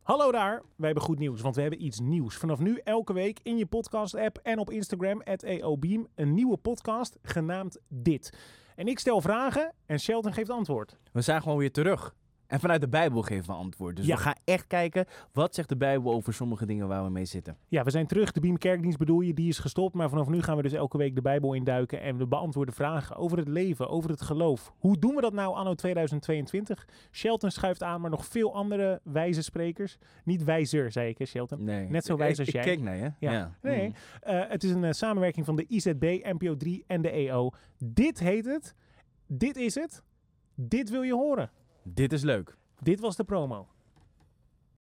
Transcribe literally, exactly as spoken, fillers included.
Hallo daar, wij hebben goed nieuws, want we hebben iets nieuws. Vanaf nu elke week in je podcast-app en op Instagram, at E O Beam, een nieuwe podcast genaamd Dit. En ik stel vragen en Shelton geeft antwoord. We zijn gewoon weer terug. En vanuit de Bijbel geven we antwoord. Dus Ja. we gaan echt kijken, wat zegt de Bijbel over sommige dingen waar we mee zitten. Ja, we zijn terug. De Beam Kerkdienst bedoel je, die is gestopt. Maar vanaf nu gaan we dus elke week de Bijbel induiken en we beantwoorden vragen over het leven, over het geloof. Hoe doen we dat nou anno tweeduizend tweeëntwintig? Shelton schuift aan, maar nog veel andere wijze sprekers. Niet wijzer, zei ik hè, Shelton? Nee. Net zo wijs ik, als ik jij. Ik keek naar je. Ja. Ja. Nee, Mm. uh, het is een uh, samenwerking van de I Z B, N P O drie en de E O. Dit heet het. Dit is het. Dit wil je horen. Dit is leuk. Dit was de promo.